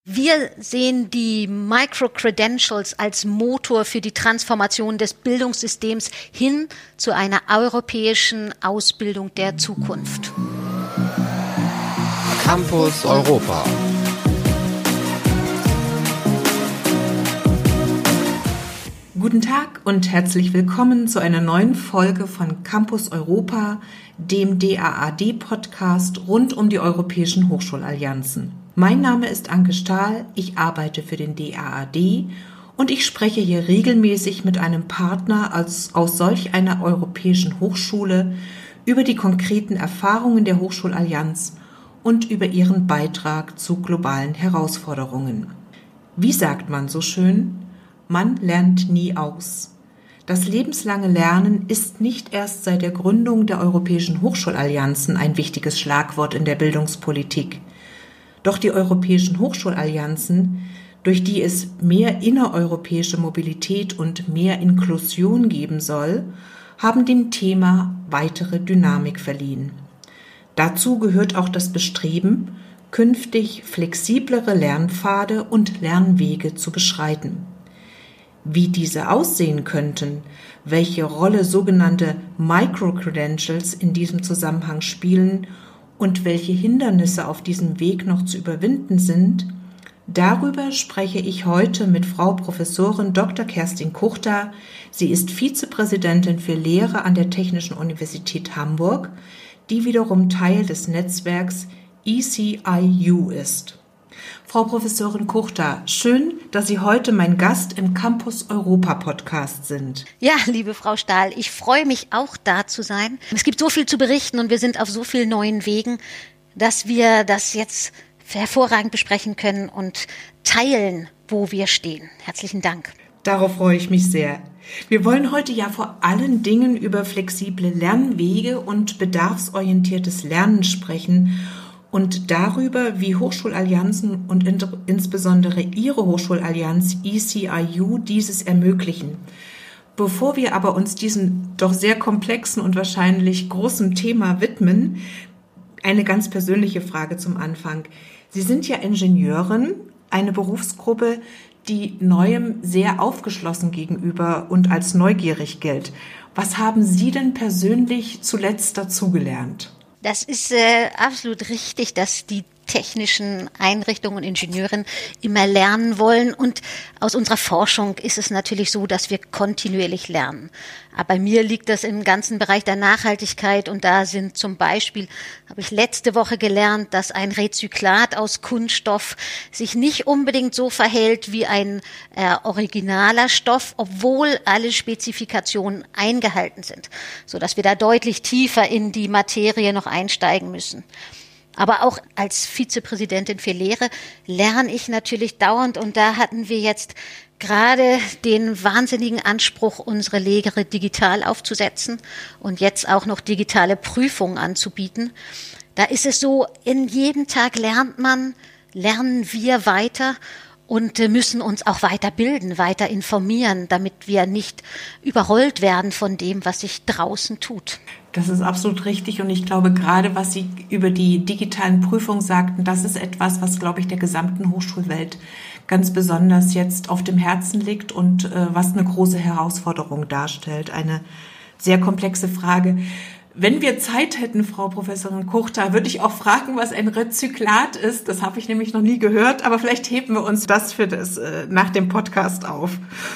Wir sehen die Micro-Credentials als Motor für die Transformation des Bildungssystems hin zu einer europäischen Ausbildung der Zukunft. Campus Europa. Guten Tag und herzlich willkommen zu einer neuen Folge von Campus Europa, dem DAAD-Podcast rund um die europäischen Hochschulallianzen. Mein Name ist Anke Stahl, ich arbeite für den DAAD und ich spreche hier regelmäßig mit einem Partner aus solch einer europäischen Hochschule über die konkreten Erfahrungen der Hochschulallianz und über ihren Beitrag zu globalen Herausforderungen. Wie sagt man so schön? Man lernt nie aus. Das lebenslange Lernen ist nicht erst seit der Gründung der europäischen Hochschulallianzen ein wichtiges Schlagwort in der Bildungspolitik. Doch die europäischen Hochschulallianzen, durch die es mehr innereuropäische Mobilität und mehr Inklusion geben soll, haben dem Thema weitere Dynamik verliehen. Dazu gehört auch das Bestreben, künftig flexiblere Lernpfade und Lernwege zu beschreiten. Wie diese aussehen könnten, welche Rolle sogenannte Micro-Credentials in diesem Zusammenhang spielen und welche Hindernisse auf diesem Weg noch zu überwinden sind, darüber spreche ich heute mit Frau Professorin Dr. Kerstin Kuchta. Sie ist Vizepräsidentin für Lehre an der Technischen Universität Hamburg, die wiederum Teil des Netzwerks ECIU ist. Frau Professorin Kuchta, schön, dass Sie heute mein Gast im Campus Europa Podcast sind. Ja, liebe Frau Stahl, ich freue mich auch, da zu sein. Es gibt so viel zu berichten und wir sind auf so vielen neuen Wegen, dass wir das jetzt hervorragend besprechen können und teilen, wo wir stehen. Herzlichen Dank. Darauf freue ich mich sehr. Wir wollen heute ja vor allen Dingen über flexible Lernwege und bedarfsorientiertes Lernen sprechen und darüber, wie Hochschulallianzen und insbesondere Ihre Hochschulallianz ECIU dieses ermöglichen. Bevor wir aber uns diesem doch sehr komplexen und wahrscheinlich großen Thema widmen, eine ganz persönliche Frage zum Anfang. Sie sind ja Ingenieurin, eine Berufsgruppe, die Neuem sehr aufgeschlossen gegenüber und als neugierig gilt. Was haben Sie denn persönlich zuletzt dazugelernt? Das ist absolut richtig, dass die technischen Einrichtungen und Ingenieuren immer lernen wollen. Und aus unserer Forschung ist es natürlich so, dass wir kontinuierlich lernen. Aber bei mir liegt das im ganzen Bereich der Nachhaltigkeit. Und da sind zum Beispiel, habe ich letzte Woche gelernt, dass ein Rezyklat aus Kunststoff sich nicht unbedingt so verhält wie ein originaler Stoff, obwohl alle Spezifikationen eingehalten sind, sodass wir da deutlich tiefer in die Materie noch einsteigen müssen. Aber auch als Vizepräsidentin für Lehre lerne ich natürlich dauernd und da hatten wir jetzt gerade den wahnsinnigen Anspruch, unsere Lehre digital aufzusetzen und jetzt auch noch digitale Prüfungen anzubieten. Da ist es so, in jedem Tag lernen wir weiter und müssen uns auch weiterbilden, weiter informieren, damit wir nicht überrollt werden von dem, was sich draußen tut. Das ist absolut richtig und ich glaube, gerade was Sie über die digitalen Prüfungen sagten, das ist etwas, was, glaube ich, der gesamten Hochschulwelt ganz besonders jetzt auf dem Herzen liegt und was eine große Herausforderung darstellt. Eine sehr komplexe Frage. Wenn wir Zeit hätten, Frau Professorin Kuchta, würde ich auch fragen, was ein Rezyklat ist. Das habe ich nämlich noch nie gehört, aber vielleicht heben wir uns das für das nach dem Podcast auf.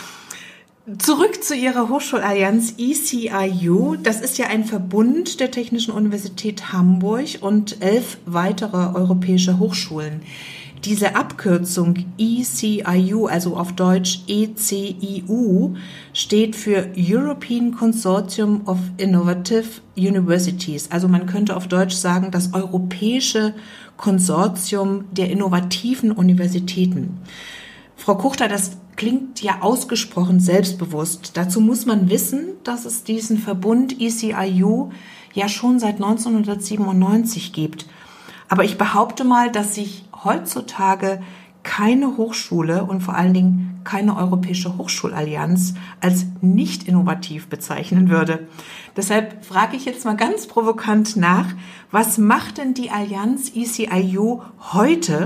Zurück zu Ihrer Hochschulallianz ECIU. Das ist ja ein Verbund der Technischen Universität Hamburg und 11 weitere europäische Hochschulen. Diese Abkürzung ECIU, also auf Deutsch ECIU, steht für European Consortium of Innovative Universities. Also man könnte auf Deutsch sagen, das Europäische Konsortium der innovativen Universitäten. Frau Kuchta, das klingt ja ausgesprochen selbstbewusst. Dazu muss man wissen, dass es diesen Verbund ECIU ja schon seit 1997 gibt. Aber ich behaupte mal, dass sich heutzutage keine Hochschule und vor allen Dingen keine europäische Hochschulallianz als nicht innovativ bezeichnen würde. Deshalb frage ich jetzt mal ganz provokant nach, was macht denn die Allianz ECIU heute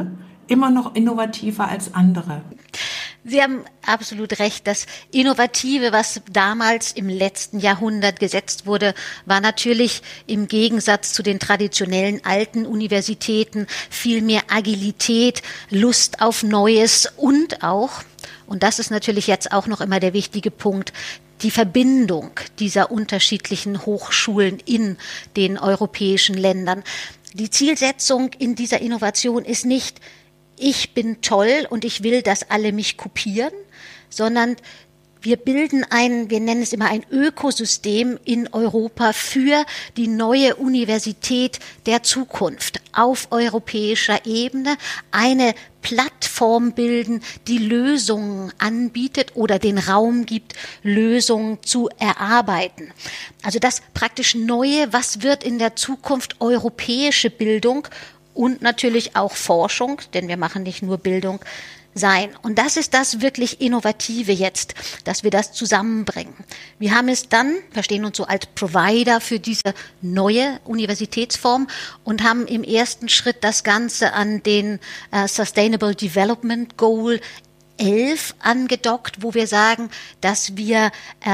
immer noch innovativer als andere? Sie haben absolut recht. Das Innovative, was damals im letzten Jahrhundert gesetzt wurde, war natürlich im Gegensatz zu den traditionellen alten Universitäten viel mehr Agilität, Lust auf Neues und auch, und das ist natürlich jetzt auch noch immer der wichtige Punkt, die Verbindung dieser unterschiedlichen Hochschulen in den europäischen Ländern. Die Zielsetzung in dieser Innovation ist nicht, ich bin toll und ich will, dass alle mich kopieren, sondern wir bilden wir nennen es immer ein Ökosystem in Europa für die neue Universität der Zukunft auf europäischer Ebene, eine Plattform bilden, die Lösungen anbietet oder den Raum gibt, Lösungen zu erarbeiten. Also das praktisch Neue, was wird in der Zukunft europäische Bildung und natürlich auch Forschung, denn wir machen nicht nur Bildung, sein. Und das ist das wirklich Innovative jetzt, dass wir das zusammenbringen. Wir haben es dann, verstehen uns so als Provider für diese neue Universitätsform und haben im ersten Schritt das Ganze an den Sustainable Development Goal 11 angedockt, wo wir sagen, dass wir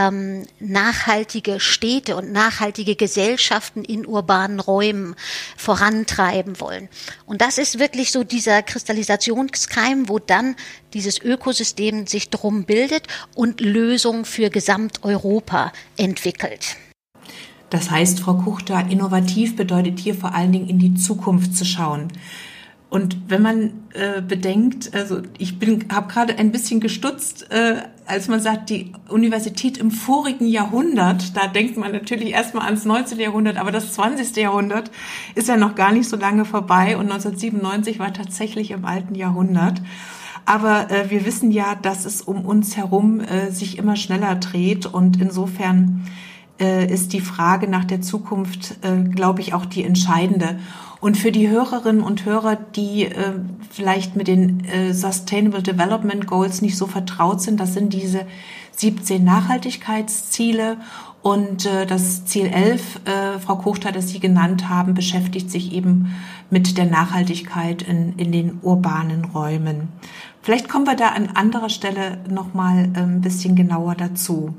nachhaltige Städte und nachhaltige Gesellschaften in urbanen Räumen vorantreiben wollen. Und das ist wirklich so dieser Kristallisationskeim, wo dann dieses Ökosystem sich drum bildet und Lösungen für Gesamteuropa entwickelt. Das heißt, Frau Kuchter, innovativ bedeutet hier vor allen Dingen in die Zukunft zu schauen. Und wenn man bedenkt, also habe gerade ein bisschen gestutzt, als man sagt, die Universität im vorigen Jahrhundert, da denkt man natürlich erstmal ans 19. Jahrhundert, aber das 20. Jahrhundert ist ja noch gar nicht so lange vorbei und 1997 war tatsächlich im alten Jahrhundert. Aber wir wissen ja, dass es um uns herum sich immer schneller dreht und insofern ist die Frage nach der Zukunft, glaube ich, auch die entscheidende. Und für die Hörerinnen und Hörer, die vielleicht mit den Sustainable Development Goals nicht so vertraut sind, das sind diese 17 Nachhaltigkeitsziele und das Ziel 11, Frau Kuchter, das Sie genannt haben, beschäftigt sich eben mit der Nachhaltigkeit in den urbanen Räumen. Vielleicht kommen wir da an anderer Stelle nochmal ein bisschen genauer dazu.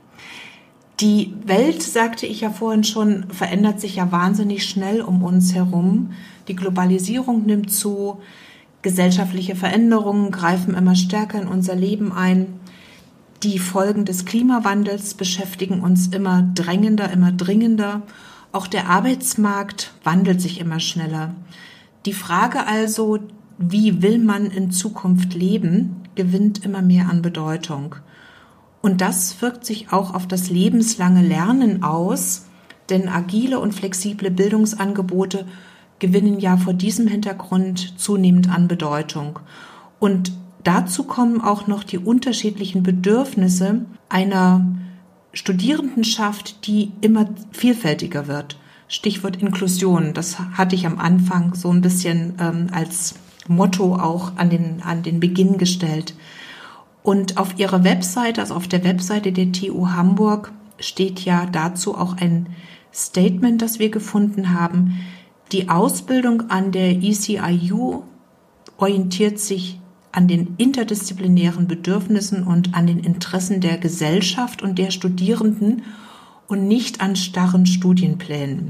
Die Welt, sagte ich ja vorhin schon, verändert sich ja wahnsinnig schnell um uns herum. Die Globalisierung nimmt zu, gesellschaftliche Veränderungen greifen immer stärker in unser Leben ein. Die Folgen des Klimawandels beschäftigen uns immer drängender, immer dringender. Auch der Arbeitsmarkt wandelt sich immer schneller. Die Frage also, wie will man in Zukunft leben, gewinnt immer mehr an Bedeutung. Und das wirkt sich auch auf das lebenslange Lernen aus, denn agile und flexible Bildungsangebote gewinnen ja vor diesem Hintergrund zunehmend an Bedeutung. Und dazu kommen auch noch die unterschiedlichen Bedürfnisse einer Studierendenschaft, die immer vielfältiger wird. Stichwort Inklusion, das hatte ich am Anfang so ein bisschen als Motto auch an den Beginn gestellt. Und auf ihrer Webseite, also auf der Webseite der TU Hamburg, steht ja dazu auch ein Statement, das wir gefunden haben. Die Ausbildung an der ECIU orientiert sich an den interdisziplinären Bedürfnissen und an den Interessen der Gesellschaft und der Studierenden und nicht an starren Studienplänen.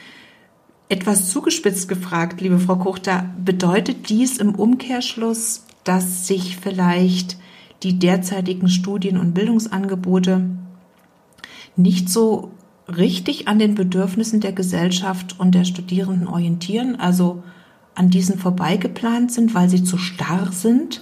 Etwas zugespitzt gefragt, liebe Frau Kuchter, bedeutet dies im Umkehrschluss, dass sich vielleicht die derzeitigen Studien- und Bildungsangebote nicht so richtig an den Bedürfnissen der Gesellschaft und der Studierenden orientieren, also an diesen vorbeigeplant sind, weil sie zu starr sind?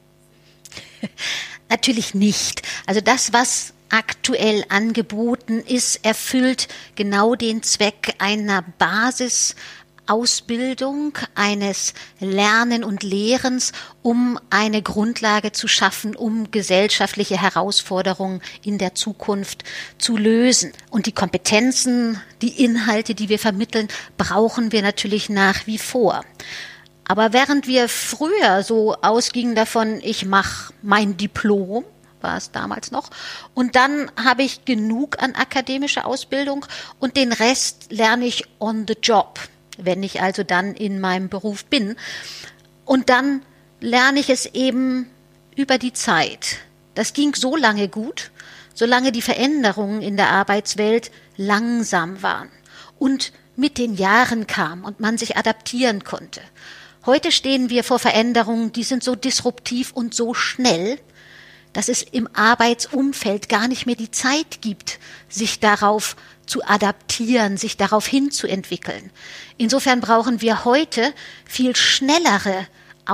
Natürlich nicht. Also das, was aktuell angeboten ist, erfüllt genau den Zweck einer Basisausbildung, eines Lernen und Lehrens, um eine Grundlage zu schaffen, um gesellschaftliche Herausforderungen in der Zukunft zu lösen. Und die Kompetenzen, die Inhalte, die wir vermitteln, brauchen wir natürlich nach wie vor. Aber während wir früher so ausgingen davon, ich mache mein Diplom, war es damals noch, und dann habe ich genug an akademischer Ausbildung und den Rest lerne ich on the job, wenn ich also dann in meinem Beruf bin. Und dann lerne ich es eben über die Zeit. Das ging so lange gut, solange die Veränderungen in der Arbeitswelt langsam waren und mit den Jahren kam und man sich adaptieren konnte. Heute stehen wir vor Veränderungen, die sind so disruptiv und so schnell, dass es im Arbeitsumfeld gar nicht mehr die Zeit gibt, sich darauf zu adaptieren, sich darauf hinzuentwickeln. Insofern brauchen wir heute viel schnellere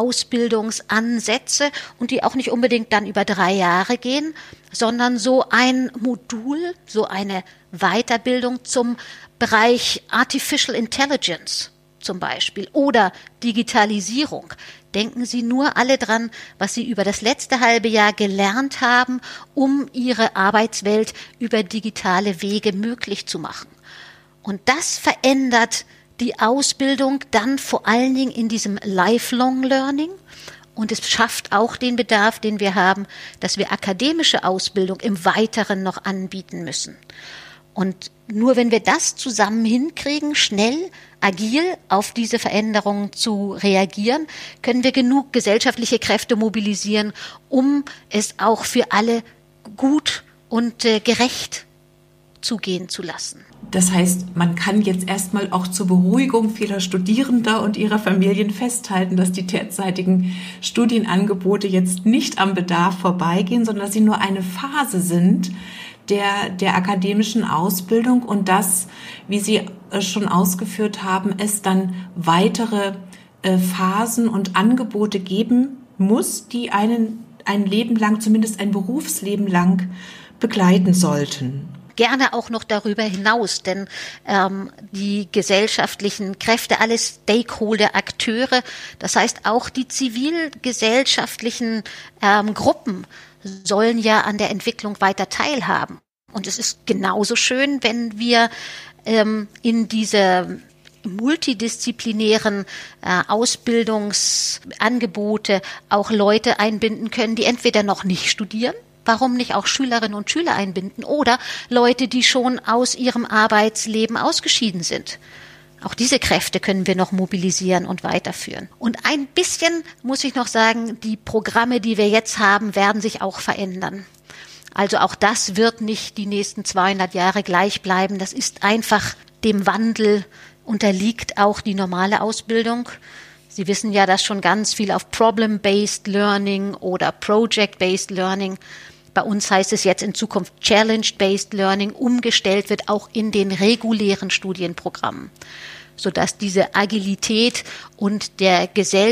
Ausbildungsansätze und die auch nicht unbedingt dann über 3 Jahre gehen, sondern so ein Modul, so eine Weiterbildung zum Bereich Artificial Intelligence zum Beispiel oder Digitalisierung. Denken Sie nur alle dran, was Sie über das letzte halbe Jahr gelernt haben, um Ihre Arbeitswelt über digitale Wege möglich zu machen. Und das verändert die Ausbildung dann vor allen Dingen in diesem Lifelong Learning. Und es schafft auch den Bedarf, den wir haben, dass wir akademische Ausbildung im Weiteren noch anbieten müssen. Und nur wenn wir das zusammen hinkriegen, schnell, agil auf diese Veränderungen zu reagieren, können wir genug gesellschaftliche Kräfte mobilisieren, um es auch für alle gut und gerecht zugehen zu lassen. Das heißt, man kann jetzt erstmal auch zur Beruhigung vieler Studierender und ihrer Familien festhalten, dass die derzeitigen Studienangebote jetzt nicht am Bedarf vorbeigehen, sondern dass sie nur eine Phase sind der akademischen Ausbildung und dass, wie Sie schon ausgeführt haben, es dann weitere Phasen und Angebote geben muss, die einen ein Leben lang, zumindest ein Berufsleben lang begleiten sollten. Gerne auch noch darüber hinaus, denn die gesellschaftlichen Kräfte, alle Stakeholder, Akteure, das heißt auch die zivilgesellschaftlichen Gruppen sollen ja an der Entwicklung weiter teilhaben. Und es ist genauso schön, wenn wir in diese multidisziplinären Ausbildungsangebote auch Leute einbinden können, die entweder noch nicht studieren, warum nicht auch Schülerinnen und Schüler einbinden oder Leute, die schon aus ihrem Arbeitsleben ausgeschieden sind. Auch diese Kräfte können wir noch mobilisieren und weiterführen. Und ein bisschen muss ich noch sagen, die Programme, die wir jetzt haben, werden sich auch verändern. Also auch das wird nicht die nächsten 200 Jahre gleich bleiben. Das ist einfach dem Wandel unterliegt auch die normale Ausbildung. Sie wissen ja, dass schon ganz viel auf Problem-Based Learning oder Project-Based Learning, bei uns heißt es jetzt in Zukunft Challenge-Based Learning, umgestellt wird, auch in den regulären Studienprogrammen, sodass diese Agilität und der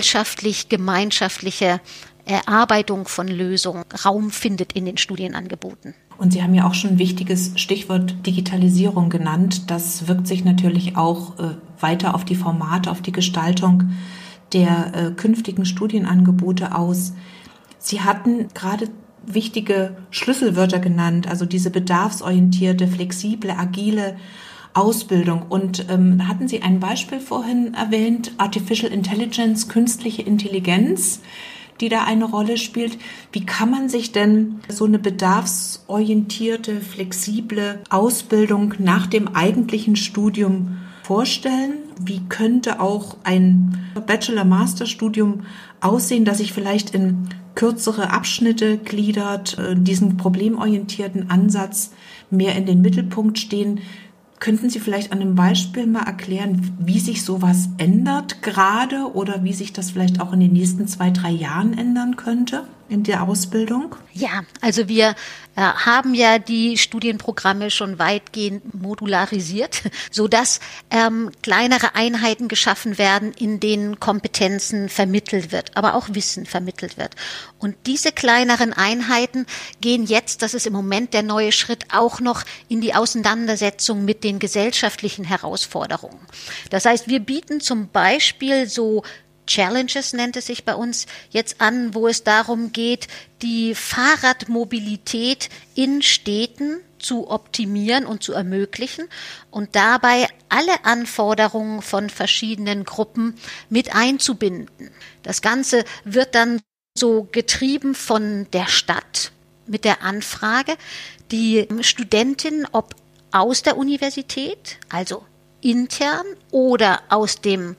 gesellschaftlich-gemeinschaftliche Erarbeitung von Lösungen Raum findet in den Studienangeboten. Und Sie haben ja auch schon ein wichtiges Stichwort Digitalisierung genannt. Das wirkt sich natürlich auch weiter auf die Formate, auf die Gestaltung der künftigen Studienangebote aus. Sie hatten gerade wichtige Schlüsselwörter genannt, also diese bedarfsorientierte, flexible, agile Ausbildung. Und hatten Sie ein Beispiel vorhin erwähnt, Artificial Intelligence, künstliche Intelligenz, die da eine Rolle spielt. Wie kann man sich denn so eine bedarfsorientierte, flexible Ausbildung nach dem eigentlichen Studium vorstellen? Wie könnte auch ein Bachelor-Master-Studium aussehen, das sich vielleicht in kürzere Abschnitte gliedert, diesen problemorientierten Ansatz mehr in den Mittelpunkt stehen? Könnten Sie vielleicht an einem Beispiel mal erklären, wie sich sowas ändert gerade oder wie sich das vielleicht auch in den nächsten 2-3 Jahren ändern könnte in der Ausbildung? Ja, also wir haben ja die Studienprogramme schon weitgehend modularisiert, sodass kleinere Einheiten geschaffen werden, in denen Kompetenzen vermittelt wird, aber auch Wissen vermittelt wird. Und diese kleineren Einheiten gehen jetzt, das ist im Moment der neue Schritt, auch noch in die Auseinandersetzung mit den gesellschaftlichen Herausforderungen. Das heißt, wir bieten zum Beispiel so Challenges nennt es sich bei uns jetzt an, wo es darum geht, die Fahrradmobilität in Städten zu optimieren und zu ermöglichen und dabei alle Anforderungen von verschiedenen Gruppen mit einzubinden. Das Ganze wird dann so getrieben von der Stadt mit der Anfrage, die Studentin, ob aus der Universität, also intern oder aus dem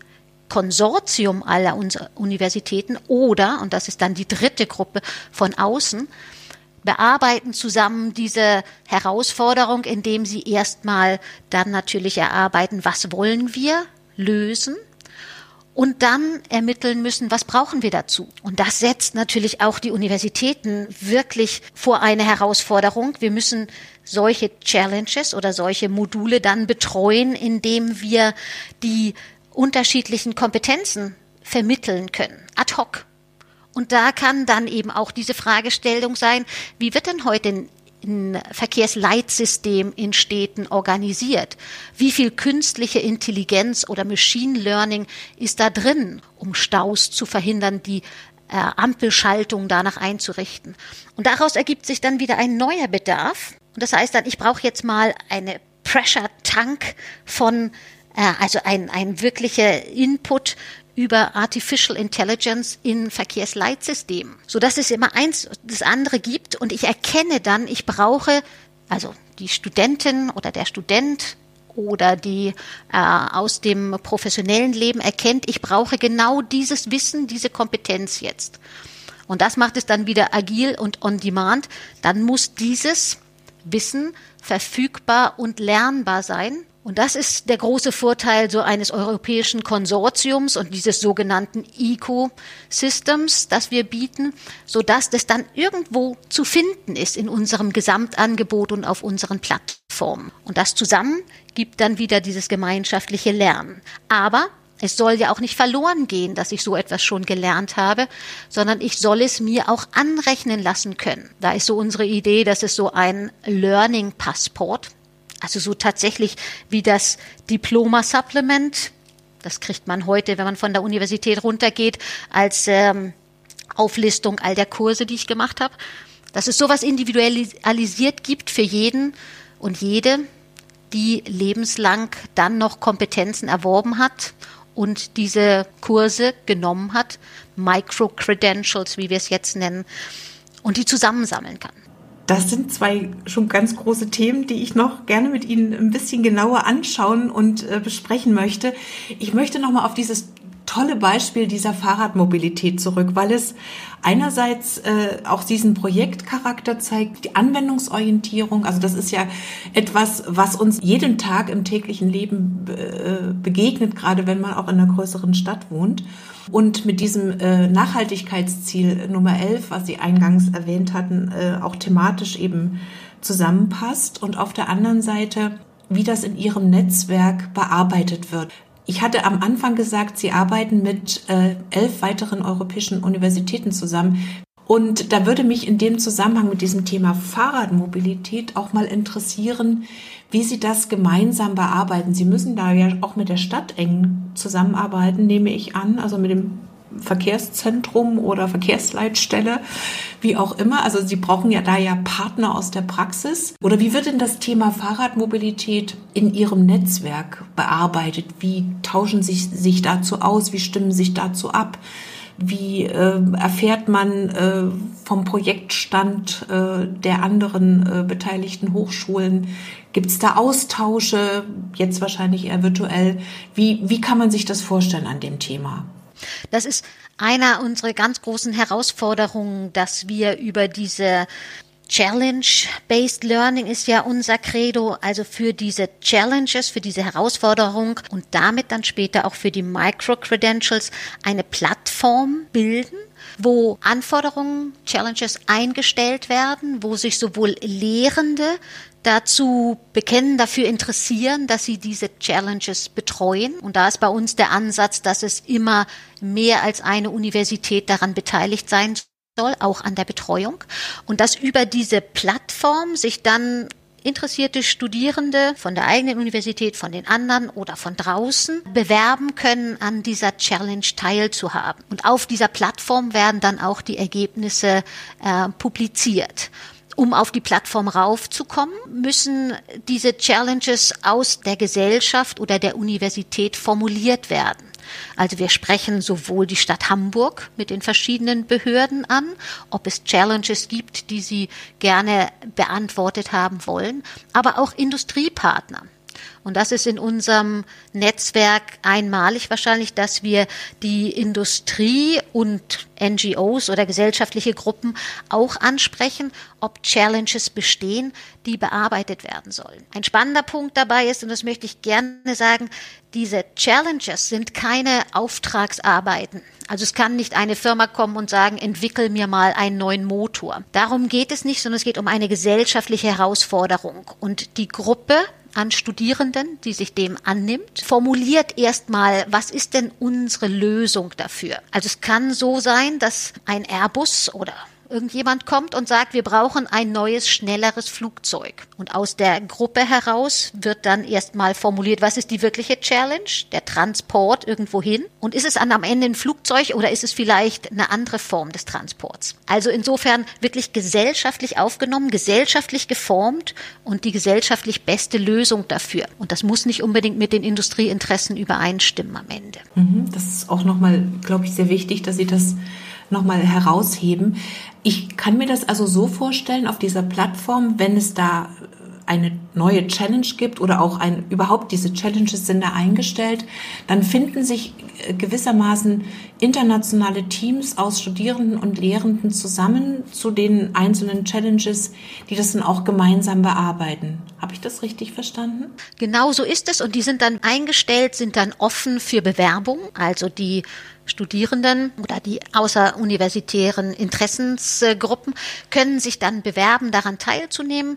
Konsortium aller unserer Universitäten oder, und das ist dann die dritte Gruppe von außen, bearbeiten zusammen diese Herausforderung, indem sie erstmal dann natürlich erarbeiten, was wollen wir lösen und dann ermitteln müssen, was brauchen wir dazu. Und das setzt natürlich auch die Universitäten wirklich vor eine Herausforderung. Wir müssen solche Challenges oder solche Module dann betreuen, indem wir die unterschiedlichen Kompetenzen vermitteln können, ad hoc. Und da kann dann eben auch diese Fragestellung sein, wie wird denn heute ein Verkehrsleitsystem in Städten organisiert? Wie viel künstliche Intelligenz oder Machine Learning ist da drin, um Staus zu verhindern, die Ampelschaltung danach einzurichten? Und daraus ergibt sich dann wieder ein neuer Bedarf. Und das heißt dann, ich brauche jetzt mal eine Pressure Tank von, also ein wirklicher Input über Artificial Intelligence in Verkehrsleitsystemen, sodass es immer eins das andere gibt und ich erkenne dann, ich brauche, also die Studentin oder der Student oder die aus dem professionellen Leben erkennt, ich brauche genau dieses Wissen, diese Kompetenz jetzt. Und das macht es dann wieder agil und on demand. Dann muss dieses Wissen verfügbar und lernbar sein. Und das ist der große Vorteil so eines europäischen Konsortiums und dieses sogenannten Ecosystems, das wir bieten, sodass das dann irgendwo zu finden ist in unserem Gesamtangebot und auf unseren Plattformen. Und das zusammen gibt dann wieder dieses gemeinschaftliche Lernen. Aber es soll ja auch nicht verloren gehen, dass ich so etwas schon gelernt habe, sondern ich soll es mir auch anrechnen lassen können. Da ist so unsere Idee, dass es so ein Learning-Passport, also so tatsächlich wie das Diploma-Supplement, das kriegt man heute, wenn man von der Universität runtergeht, als Auflistung all der Kurse, die ich gemacht habe, dass es sowas individualisiert gibt für jeden und jede, die lebenslang dann noch Kompetenzen erworben hat und diese Kurse genommen hat, Micro-Credentials, wie wir es jetzt nennen, und die zusammensammeln kann. Das sind zwei schon ganz große Themen, die ich noch gerne mit Ihnen ein bisschen genauer anschauen und besprechen möchte. Ich möchte nochmal auf dieses tolle Beispiel dieser Fahrradmobilität zurück, weil es einerseits auch diesen Projektcharakter zeigt, die Anwendungsorientierung. Also das ist ja etwas, was uns jeden Tag im täglichen Leben begegnet, gerade wenn man auch in einer größeren Stadt wohnt. Und mit diesem Nachhaltigkeitsziel Nummer 11, was Sie eingangs erwähnt hatten, auch thematisch eben zusammenpasst. Und auf der anderen Seite, wie das in Ihrem Netzwerk bearbeitet wird. Ich hatte am Anfang gesagt, Sie arbeiten mit 11 weiteren europäischen Universitäten zusammen. Und da würde mich in dem Zusammenhang mit diesem Thema Fahrradmobilität auch mal interessieren, wie Sie das gemeinsam bearbeiten. Sie müssen da ja auch mit der Stadt eng zusammenarbeiten, nehme ich an, also mit dem Verkehrszentrum oder Verkehrsleitstelle, wie auch immer. Also Sie brauchen ja da ja Partner aus der Praxis. Oder wie wird denn das Thema Fahrradmobilität in Ihrem Netzwerk bearbeitet? Wie tauschen Sie sich dazu aus? Wie stimmen Sie sich dazu ab? Wie erfährt man vom Projektstand der anderen beteiligten Hochschulen? Gibt es da Austausche, jetzt wahrscheinlich eher virtuell? Wie kann man sich das vorstellen an dem Thema? Das ist einer unserer ganz großen Herausforderungen, dass wir über diese Challenge-Based Learning ist ja unser Credo, also für diese Challenges, für diese Herausforderung und damit dann später auch für die Micro-Credentials eine Plattform bilden, wo Anforderungen, Challenges eingestellt werden, wo sich sowohl Lehrende dazu bekennen, dafür interessieren, dass sie diese Challenges betreuen. Und da ist bei uns der Ansatz, dass es immer mehr als eine Universität daran beteiligt sein soll, auch an der Betreuung. Und dass über diese Plattform sich dann interessierte Studierende von der eigenen Universität, von den anderen oder von draußen bewerben können, an dieser Challenge teilzuhaben. Und auf dieser Plattform werden dann auch die Ergebnisse publiziert. Um auf die Plattform raufzukommen, müssen diese Challenges aus der Gesellschaft oder der Universität formuliert werden. Also wir sprechen sowohl die Stadt Hamburg mit den verschiedenen Behörden an, ob es Challenges gibt, die sie gerne beantwortet haben wollen, aber auch Industriepartner. Und das ist in unserem Netzwerk einmalig wahrscheinlich, dass wir die Industrie und NGOs oder gesellschaftliche Gruppen auch ansprechen, ob Challenges bestehen, die bearbeitet werden sollen. Ein spannender Punkt dabei ist, und das möchte ich gerne sagen, diese Challenges sind keine Auftragsarbeiten. Also es kann nicht eine Firma kommen und sagen, entwickel mir mal einen neuen Motor. Darum geht es nicht, sondern es geht um eine gesellschaftliche Herausforderung. Und die Gruppe an Studierenden, die sich dem annimmt, formuliert erstmal, was ist denn unsere Lösung dafür? Also es kann so sein, dass ein Airbus oder irgendjemand kommt und sagt, wir brauchen ein neues, schnelleres Flugzeug. Und aus der Gruppe heraus wird dann erstmal formuliert, was ist die wirkliche Challenge, der Transport irgendwo hin? Und ist es am Ende ein Flugzeug oder ist es vielleicht eine andere Form des Transports? Also insofern wirklich gesellschaftlich aufgenommen, gesellschaftlich geformt und die gesellschaftlich beste Lösung dafür. Und das muss nicht unbedingt mit den Industrieinteressen übereinstimmen am Ende. Das ist auch nochmal, glaube ich, sehr wichtig, dass Sie das nochmal herausheben. Ich kann mir das also so vorstellen, auf dieser Plattform, wenn es da eine neue Challenge gibt oder auch überhaupt diese Challenges sind da eingestellt, dann finden sich gewissermaßen internationale Teams aus Studierenden und Lehrenden zusammen zu den einzelnen Challenges, die das dann auch gemeinsam bearbeiten. Habe ich das richtig verstanden? Genau so ist es und die sind dann eingestellt, sind dann offen für Bewerbung, also die Studierenden oder die außeruniversitären Interessensgruppen können sich dann bewerben, daran teilzunehmen.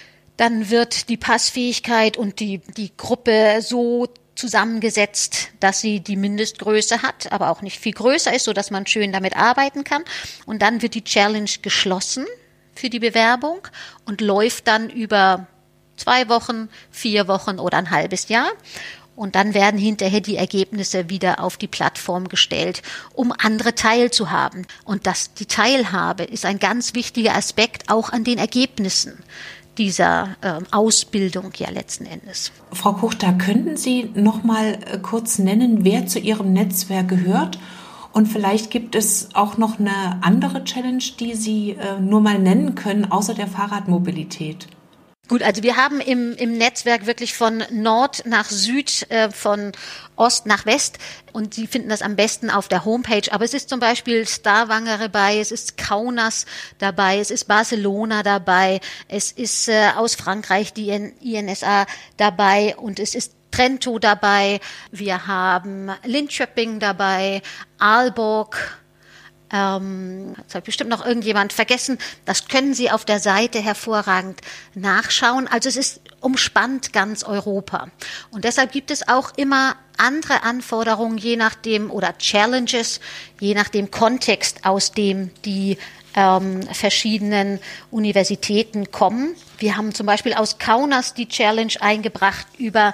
Dann wird die Passfähigkeit und die Gruppe so zusammengesetzt, dass sie die Mindestgröße hat, aber auch nicht viel größer ist, sodass man schön damit arbeiten kann. Und dann wird die Challenge geschlossen für die Bewerbung und läuft dann über 2 Wochen, 4 Wochen oder ein halbes Jahr. Und dann werden hinterher die Ergebnisse wieder auf die Plattform gestellt, um andere teilzuhaben. Und die Teilhabe ist ein ganz wichtiger Aspekt auch an den Ergebnissen dieser Ausbildung ja letzten Endes. Frau Kuchter, könnten Sie noch mal kurz nennen, wer zu Ihrem Netzwerk gehört? Und vielleicht gibt es auch noch eine andere Challenge, die Sie nur mal nennen können, außer der Fahrradmobilität. Gut, also wir haben im Netzwerk wirklich von Nord nach Süd, von Ost nach West und Sie finden das am besten auf der Homepage. Aber es ist zum Beispiel Stavanger dabei, es ist Kaunas dabei, es ist Barcelona dabei, es ist aus Frankreich die INSA dabei und es ist Trento dabei. Wir haben Linköping dabei, Aalborg. Jetzt habe ich bestimmt noch irgendjemand vergessen. Das können Sie auf der Seite hervorragend nachschauen. Also es umspannt ganz Europa. Und deshalb gibt es auch immer andere Anforderungen, je nachdem, oder Challenges, je nach dem Kontext, aus dem die verschiedenen Universitäten kommen. Wir haben zum Beispiel aus Kaunas die Challenge eingebracht über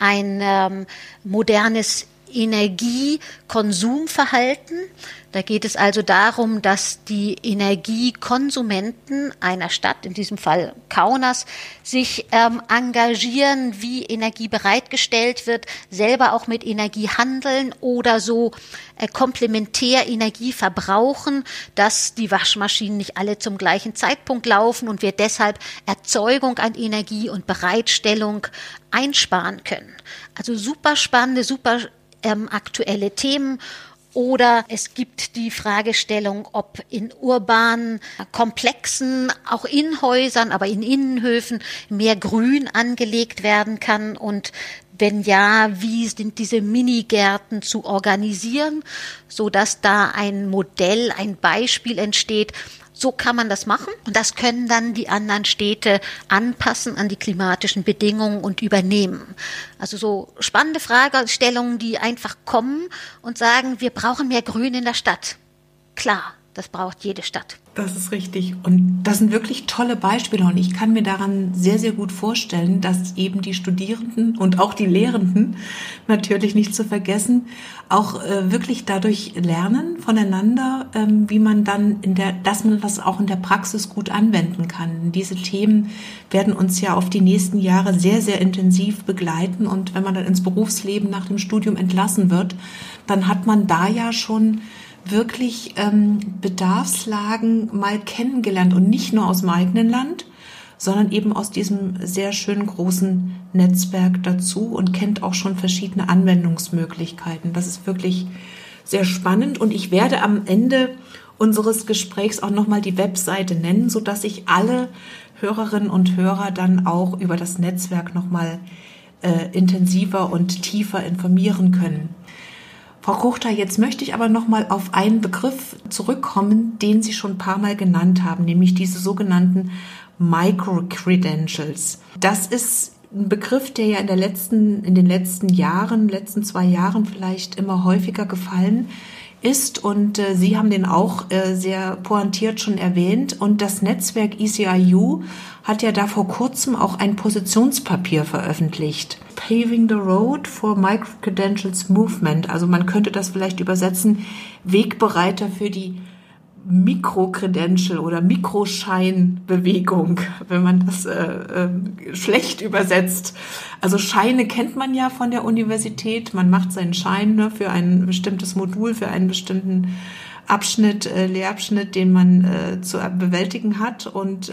ein modernes Energiekonsumverhalten. Da geht es also darum, dass die Energiekonsumenten einer Stadt, in diesem Fall Kaunas, sich engagieren, wie Energie bereitgestellt wird, selber auch mit Energie handeln oder so komplementär Energie verbrauchen, dass die Waschmaschinen nicht alle zum gleichen Zeitpunkt laufen und wir deshalb Erzeugung an Energie und Bereitstellung einsparen können. Also super spannende, super aktuelle Themen. Oder es gibt die Fragestellung, ob in urbanen Komplexen, auch in Häusern, aber in Innenhöfen mehr Grün angelegt werden kann und wenn ja, wie sind diese Minigärten zu organisieren, so dass da ein Modell, ein Beispiel entsteht. So kann man das machen und das können dann die anderen Städte anpassen an die klimatischen Bedingungen und übernehmen. Also so spannende Fragestellungen, die einfach kommen und sagen, wir brauchen mehr Grün in der Stadt. Klar, das braucht jede Stadt. Das ist richtig. Und das sind wirklich tolle Beispiele. Und ich kann mir daran sehr, sehr gut vorstellen, dass eben die Studierenden und auch die Lehrenden, natürlich nicht zu vergessen, auch wirklich dadurch lernen voneinander, wie man dann dass man das auch in der Praxis gut anwenden kann. Diese Themen werden uns ja auf die nächsten Jahre sehr, sehr intensiv begleiten. Und wenn man dann ins Berufsleben nach dem Studium entlassen wird, dann hat man da ja schon wirklich Bedarfslagen mal kennengelernt und nicht nur aus dem eigenen Land, sondern eben aus diesem sehr schönen großen Netzwerk dazu und kennt auch schon verschiedene Anwendungsmöglichkeiten. Das ist wirklich sehr spannend und ich werde am Ende unseres Gesprächs auch nochmal die Webseite nennen, sodass sich alle Hörerinnen und Hörer dann auch über das Netzwerk nochmal intensiver und tiefer informieren können. Frau Kruchter, jetzt möchte ich aber nochmal auf einen Begriff zurückkommen, den Sie schon ein paar Mal genannt haben, nämlich diese sogenannten Micro-Credentials. Das ist ein Begriff, der ja in den letzten 2 Jahren vielleicht immer häufiger gefallen ist und Sie haben den auch sehr pointiert schon erwähnt und das Netzwerk ECIU hat ja da vor kurzem auch ein Positionspapier veröffentlicht. Paving the Road for Micro-Credentials Movement, also man könnte das vielleicht übersetzen, Wegbereiter für die Mikro-Credential oder Mikroscheinbewegung, wenn man das schlecht übersetzt. Also Scheine kennt man ja von der Universität. Man macht seinen Schein für ein bestimmtes Modul, für einen bestimmten Lehrabschnitt, den man zu bewältigen hat. Und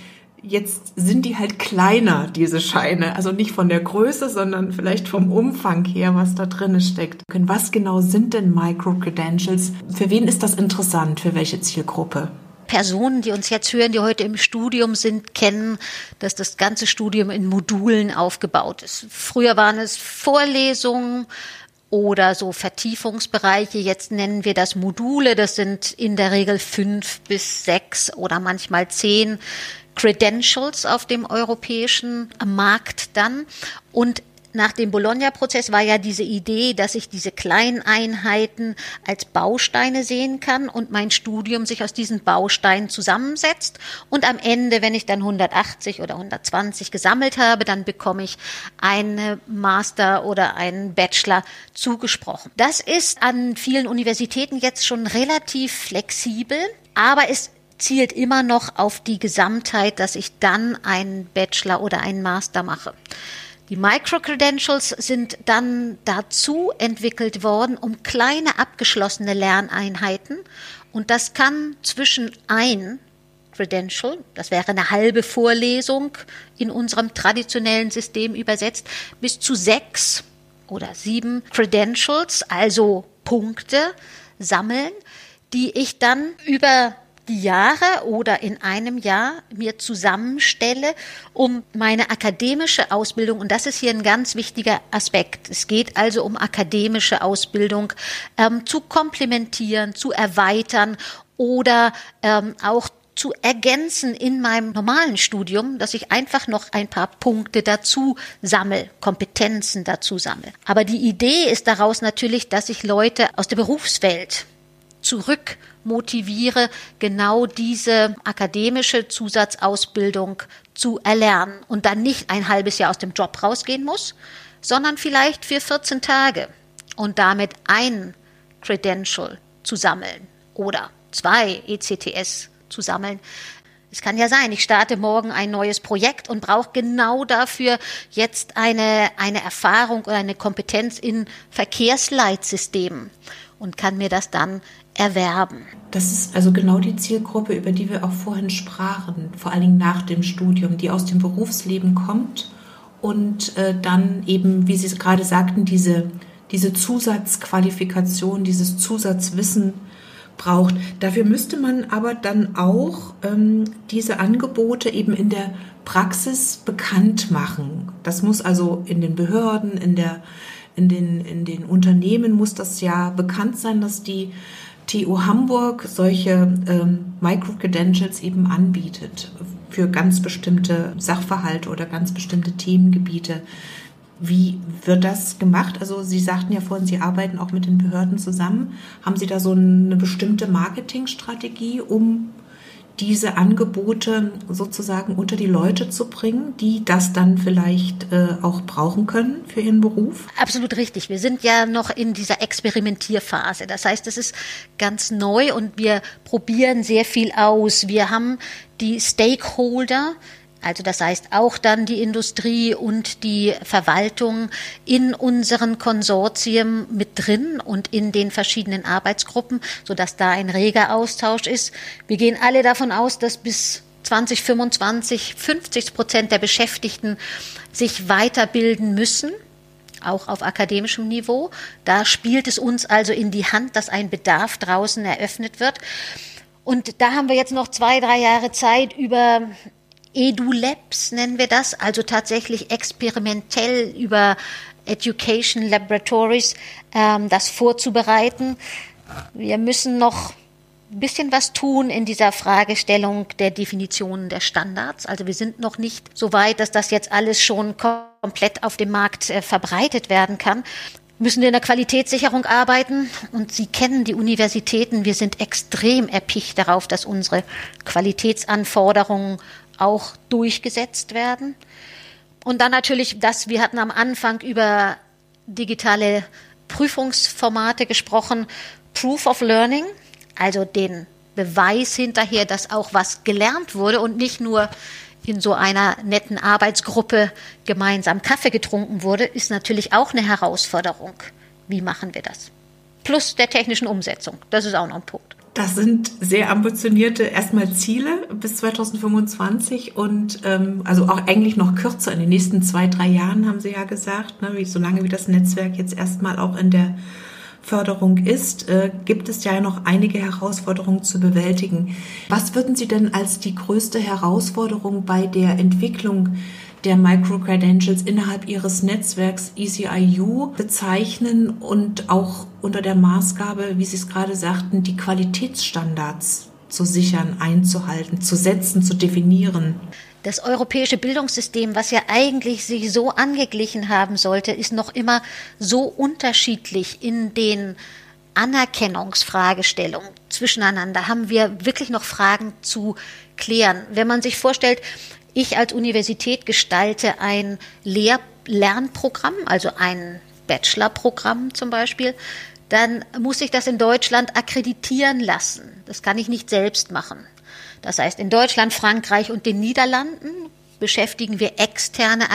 jetzt sind die halt kleiner, diese Scheine. Also nicht von der Größe, sondern vielleicht vom Umfang her, was da drin steckt. Was genau sind denn Micro-Credentials? Für wen ist das interessant? Für welche Zielgruppe? Personen, die uns jetzt hören, die heute im Studium sind, kennen, dass das ganze Studium in Modulen aufgebaut ist. Früher waren es Vorlesungen oder so Vertiefungsbereiche. Jetzt nennen wir das Module. Das sind in der Regel 5 bis 6 oder manchmal 10 Credentials auf dem europäischen Markt dann. Und nach dem Bologna-Prozess war ja diese Idee, dass ich diese kleinen Einheiten als Bausteine sehen kann und mein Studium sich aus diesen Bausteinen zusammensetzt. Und am Ende, wenn ich dann 180 oder 120 gesammelt habe, dann bekomme ich einen Master oder einen Bachelor zugesprochen. Das ist an vielen Universitäten jetzt schon relativ flexibel, aber es zielt immer noch auf die Gesamtheit, dass ich dann einen Bachelor oder einen Master mache. Die Micro-Credentials sind dann dazu entwickelt worden, um kleine abgeschlossene Lerneinheiten, und das kann zwischen ein Credential, das wäre eine halbe Vorlesung in unserem traditionellen System übersetzt, bis zu 6 oder 7 Credentials, also Punkte, sammeln, die ich dann über die Jahre oder in einem Jahr mir zusammenstelle, um meine akademische Ausbildung, und das ist hier ein ganz wichtiger Aspekt, es geht also um akademische Ausbildung, zu komplementieren, zu erweitern oder auch zu ergänzen in meinem normalen Studium, dass ich einfach noch ein paar Punkte dazu sammle, Kompetenzen dazu sammle. Aber die Idee ist daraus natürlich, dass ich Leute aus der Berufswelt zurück motiviere, genau diese akademische Zusatzausbildung zu erlernen und dann nicht ein halbes Jahr aus dem Job rausgehen muss, sondern vielleicht für 14 Tage und damit ein Credential zu sammeln oder 2 ECTS zu sammeln. Es kann ja sein, ich starte morgen ein neues Projekt und brauche genau dafür jetzt eine Erfahrung oder eine Kompetenz in Verkehrsleitsystemen und kann mir das dann erwerben. Das ist also genau die Zielgruppe, über die wir auch vorhin sprachen, vor allen Dingen nach dem Studium, die aus dem Berufsleben kommt und dann eben, wie Sie gerade sagten, diese Zusatzqualifikation, dieses Zusatzwissen braucht. Dafür müsste man aber dann auch diese Angebote eben in der Praxis bekannt machen. Das muss also in den Behörden, in den Unternehmen muss das ja bekannt sein, dass die TU Hamburg solche Micro-Credentials eben anbietet für ganz bestimmte Sachverhalte oder ganz bestimmte Themengebiete. Wie wird das gemacht? Also Sie sagten ja vorhin, Sie arbeiten auch mit den Behörden zusammen. Haben Sie da so eine bestimmte Marketingstrategie, um diese Angebote sozusagen unter die Leute zu bringen, die das dann vielleicht auch brauchen können für ihren Beruf? Absolut richtig. Wir sind ja noch in dieser Experimentierphase. Das heißt, es ist ganz neu und wir probieren sehr viel aus. Wir haben die Stakeholder, also das heißt auch dann die Industrie und die Verwaltung in unseren Konsortien mit drin und in den verschiedenen Arbeitsgruppen, sodass da ein reger Austausch ist. Wir gehen alle davon aus, dass bis 2025 50% der Beschäftigten sich weiterbilden müssen, auch auf akademischem Niveau. Da spielt es uns also in die Hand, dass ein Bedarf draußen eröffnet wird. Und da haben wir jetzt noch 2-3 Jahre Zeit, über EduLabs nennen wir das, also tatsächlich experimentell über Education Laboratories das vorzubereiten. Wir müssen noch ein bisschen was tun in dieser Fragestellung der Definitionen der Standards. Also wir sind noch nicht so weit, dass das jetzt alles schon komplett auf dem Markt verbreitet werden kann. Müssen wir in der Qualitätssicherung arbeiten, und Sie kennen die Universitäten. Wir sind extrem erpicht darauf, dass unsere Qualitätsanforderungen auch durchgesetzt werden. Und dann natürlich wir hatten am Anfang über digitale Prüfungsformate gesprochen, Proof of Learning, also den Beweis hinterher, dass auch was gelernt wurde und nicht nur in so einer netten Arbeitsgruppe gemeinsam Kaffee getrunken wurde, ist natürlich auch eine Herausforderung. Wie machen wir das? Plus der technischen Umsetzung, das ist auch noch ein Punkt. Das sind sehr ambitionierte erstmal Ziele bis 2025 und also auch eigentlich noch kürzer, in den nächsten 2-3 Jahren haben Sie ja gesagt, ne, solange wie das Netzwerk jetzt erstmal auch in der Förderung ist, gibt es ja noch einige Herausforderungen zu bewältigen. Was würden Sie denn als die größte Herausforderung bei der Entwicklung der Microcredentials innerhalb Ihres Netzwerks ECIU bezeichnen und auch unter der Maßgabe, wie Sie es gerade sagten, die Qualitätsstandards zu sichern, einzuhalten, zu setzen, zu definieren? Das europäische Bildungssystem, was ja eigentlich sich so angeglichen haben sollte, ist noch immer so unterschiedlich in den Anerkennungsfragestellungen zwischeneinander. Haben wir wirklich noch Fragen zu klären? Wenn man sich vorstellt, ich als Universität gestalte ein Lernprogramm, also ein Bachelorprogramm zum Beispiel, dann muss ich das in Deutschland akkreditieren lassen. Das kann ich nicht selbst machen. Das heißt, in Deutschland, Frankreich und den Niederlanden beschäftigen wir externe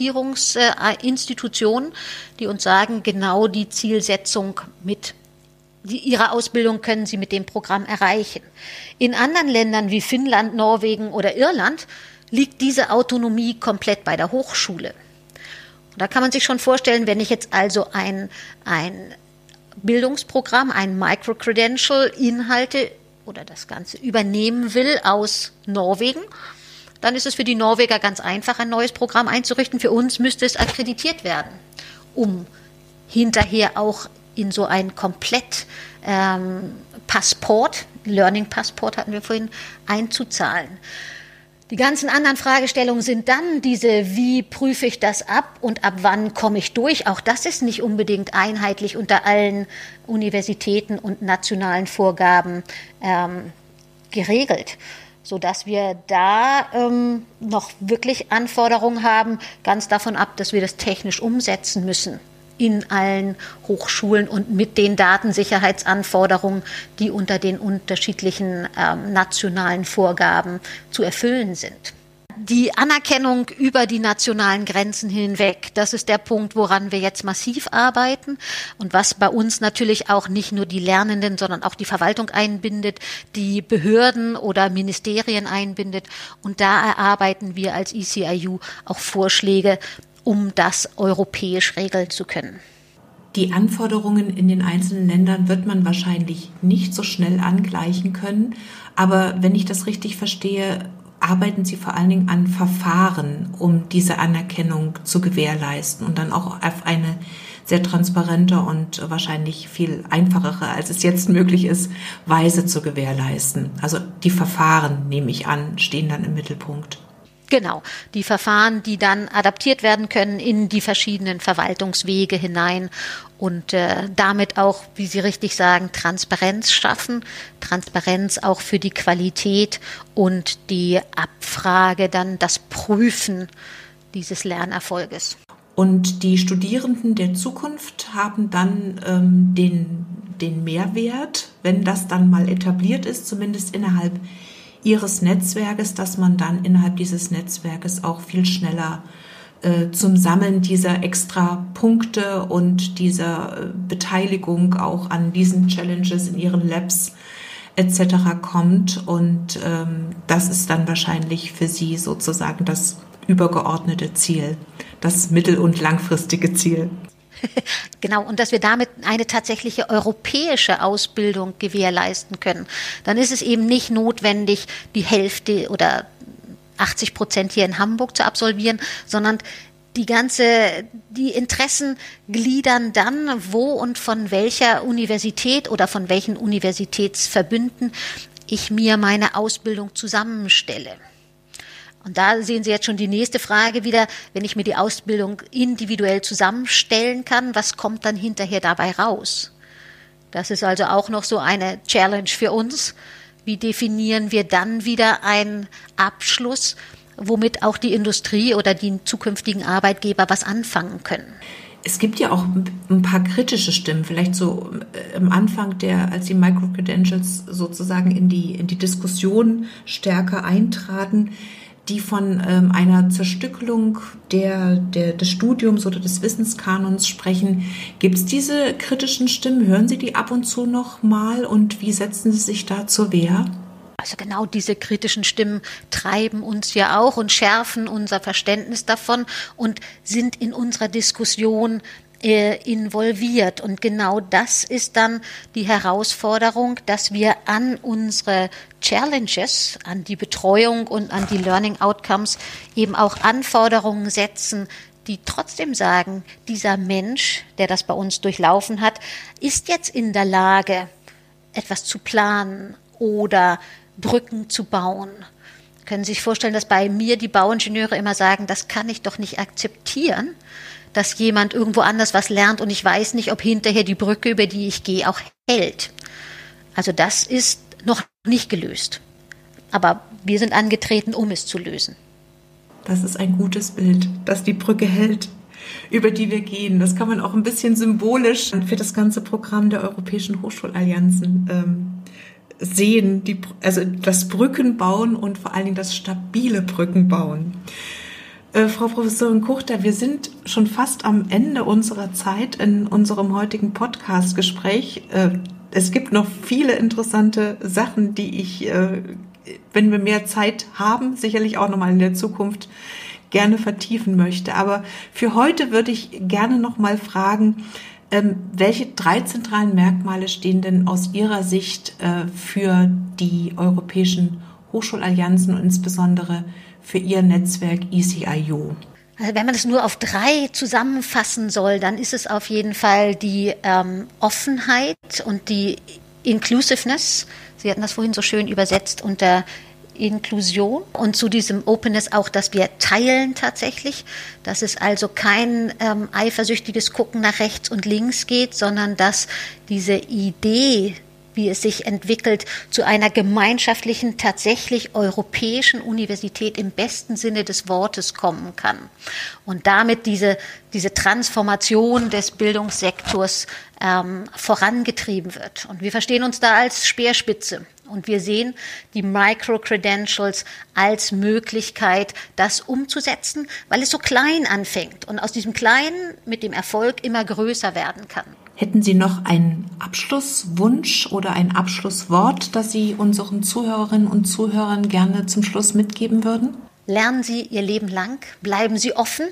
Akkreditierungsinstitutionen, die uns sagen, genau die Zielsetzung mit ihrer Ausbildung können sie mit dem Programm erreichen. In anderen Ländern wie Finnland, Norwegen oder Irland liegt diese Autonomie komplett bei der Hochschule. Und da kann man sich schon vorstellen, wenn ich jetzt also ein Bildungsprogramm, ein Microcredential Inhalte oder das Ganze übernehmen will aus Norwegen, dann ist es für die Norweger ganz einfach, ein neues Programm einzurichten. Für uns müsste es akkreditiert werden, um hinterher auch in so ein Passport, Learning-Passport hatten wir vorhin, einzuzahlen. Die ganzen anderen Fragestellungen sind dann diese, wie prüfe ich das ab und ab wann komme ich durch? Auch das ist nicht unbedingt einheitlich unter allen Universitäten und nationalen Vorgaben geregelt, sodass wir da noch wirklich Anforderungen haben, ganz davon ab, dass wir das technisch umsetzen müssen in allen Hochschulen und mit den Datensicherheitsanforderungen, die unter den unterschiedlichen nationalen Vorgaben zu erfüllen sind. Die Anerkennung über die nationalen Grenzen hinweg, das ist der Punkt, woran wir jetzt massiv arbeiten und was bei uns natürlich auch nicht nur die Lernenden, sondern auch die Verwaltung einbindet, die Behörden oder Ministerien einbindet. Und da erarbeiten wir als ECIU auch Vorschläge, um das europäisch regeln zu können. Die Anforderungen in den einzelnen Ländern wird man wahrscheinlich nicht so schnell angleichen können. Aber wenn ich das richtig verstehe, arbeiten Sie vor allen Dingen an Verfahren, um diese Anerkennung zu gewährleisten und dann auch auf eine sehr transparente und wahrscheinlich viel einfachere, als es jetzt möglich ist, Weise zu gewährleisten. Also die Verfahren, nehme ich an, stehen dann im Mittelpunkt. Genau, die Verfahren, die dann adaptiert werden können in die verschiedenen Verwaltungswege hinein und damit auch, wie Sie richtig sagen, Transparenz schaffen. Transparenz auch für die Qualität und die Abfrage, dann das Prüfen dieses Lernerfolges. Und die Studierenden der Zukunft haben dann den Mehrwert, wenn das dann mal etabliert ist, zumindest innerhalb Ihres Netzwerkes, dass man dann innerhalb dieses Netzwerkes auch viel schneller zum Sammeln dieser extra Punkte und dieser Beteiligung auch an diesen Challenges in Ihren Labs etc. kommt. Und das ist dann wahrscheinlich für Sie sozusagen das übergeordnete Ziel, das mittel- und langfristige Ziel. Genau, und dass wir damit eine tatsächliche europäische Ausbildung gewährleisten können. Dann ist es eben nicht notwendig, die Hälfte oder 80% hier in Hamburg zu absolvieren, sondern die Interessen gliedern dann, wo und von welcher Universität oder von welchen Universitätsverbünden ich mir meine Ausbildung zusammenstelle. Und da sehen Sie jetzt schon die nächste Frage wieder, wenn ich mir die Ausbildung individuell zusammenstellen kann, was kommt dann hinterher dabei raus? Das ist also auch noch so eine Challenge für uns. Wie definieren wir dann wieder einen Abschluss, womit auch die Industrie oder die zukünftigen Arbeitgeber was anfangen können? Es gibt ja auch ein paar kritische Stimmen, vielleicht so am Anfang, als die Microcredentials sozusagen in die Diskussion stärker eintraten, die von einer Zerstückelung des Studiums oder des Wissenskanons sprechen. Gibt es diese kritischen Stimmen? Hören Sie die ab und zu noch mal und wie setzen Sie sich da zur Wehr? Also genau diese kritischen Stimmen treiben uns ja auch und schärfen unser Verständnis davon und sind in unserer Diskussion involviert. Und genau das ist dann die Herausforderung, dass wir an unsere Challenges, an die Betreuung und an die Learning Outcomes eben auch Anforderungen setzen, die trotzdem sagen, dieser Mensch, der das bei uns durchlaufen hat, ist jetzt in der Lage, etwas zu planen oder Brücken zu bauen. Können Sie sich vorstellen, dass bei mir die Bauingenieure immer sagen, das kann ich doch nicht akzeptieren, dass jemand irgendwo anders was lernt und ich weiß nicht, ob hinterher die Brücke, über die ich gehe, auch hält. Also das ist noch nicht gelöst. Aber wir sind angetreten, um es zu lösen. Das ist ein gutes Bild, dass die Brücke hält, über die wir gehen. Das kann man auch ein bisschen symbolisch für das ganze Programm der Europäischen Hochschulallianzen sehen, also das Brückenbauen und vor allen Dingen das stabile Brückenbauen. Frau Professorin Kuchter, wir sind schon fast am Ende unserer Zeit in unserem heutigen Podcast-Gespräch. Es gibt noch viele interessante Sachen, die ich, wenn wir mehr Zeit haben, sicherlich auch nochmal in der Zukunft gerne vertiefen möchte. Aber für heute würde ich gerne nochmal fragen, welche 3 zentralen Merkmale stehen denn aus Ihrer Sicht für die europäischen Hochschulallianzen und insbesondere für Ihr Netzwerk ECIU? Also wenn man das nur auf 3 zusammenfassen soll, dann ist es auf jeden Fall die Offenheit und die Inclusiveness. Sie hatten das vorhin so schön übersetzt unter Inklusion und zu diesem Openness auch, dass wir teilen tatsächlich, dass es also kein eifersüchtiges Gucken nach rechts und links geht, sondern dass diese Idee, wie es sich entwickelt, zu einer gemeinschaftlichen, tatsächlich europäischen Universität im besten Sinne des Wortes kommen kann. Und damit diese Transformation des Bildungssektors vorangetrieben wird. Und wir verstehen uns da als Speerspitze. Und wir sehen die Microcredentials als Möglichkeit, das umzusetzen, weil es so klein anfängt und aus diesem Kleinen mit dem Erfolg immer größer werden kann. Hätten Sie noch einen Abschlusswunsch oder ein Abschlusswort, das Sie unseren Zuhörerinnen und Zuhörern gerne zum Schluss mitgeben würden? Lernen Sie Ihr Leben lang, bleiben Sie offen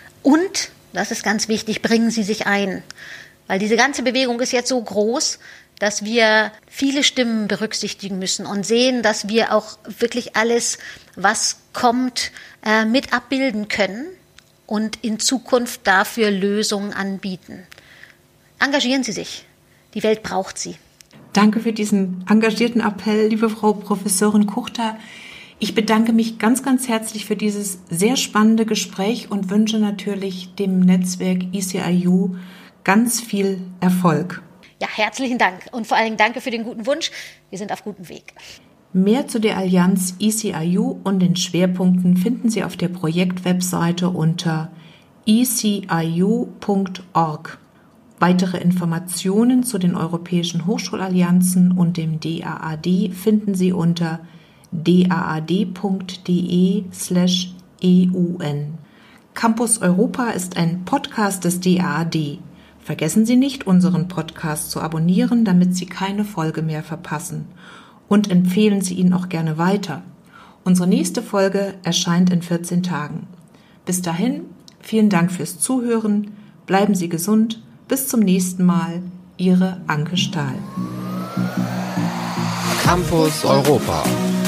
und, das ist ganz wichtig, bringen Sie sich ein. Weil diese ganze Bewegung ist jetzt so groß, dass wir viele Stimmen berücksichtigen müssen und sehen, dass wir auch wirklich alles, was kommt, mit abbilden können und in Zukunft dafür Lösungen anbieten. Engagieren Sie sich. Die Welt braucht Sie. Danke für diesen engagierten Appell, liebe Frau Professorin Kuchter. Ich bedanke mich ganz, ganz herzlich für dieses sehr spannende Gespräch und wünsche natürlich dem Netzwerk ECIU ganz viel Erfolg. Ja, herzlichen Dank und vor allen Dingen danke für den guten Wunsch. Wir sind auf gutem Weg. Mehr zu der Allianz ECIU und den Schwerpunkten finden Sie auf der Projektwebseite unter eciu.org. Weitere Informationen zu den europäischen Hochschulallianzen und dem DAAD finden Sie unter daad.de/eun. Campus Europa ist ein Podcast des DAAD. Vergessen Sie nicht, unseren Podcast zu abonnieren, damit Sie keine Folge mehr verpassen. und empfehlen Sie ihn auch gerne weiter. Unsere nächste Folge erscheint in 14 Tagen. Bis dahin, vielen Dank fürs Zuhören, bleiben Sie gesund, bis zum nächsten Mal, Ihre Anke Stahl. Campus Europa.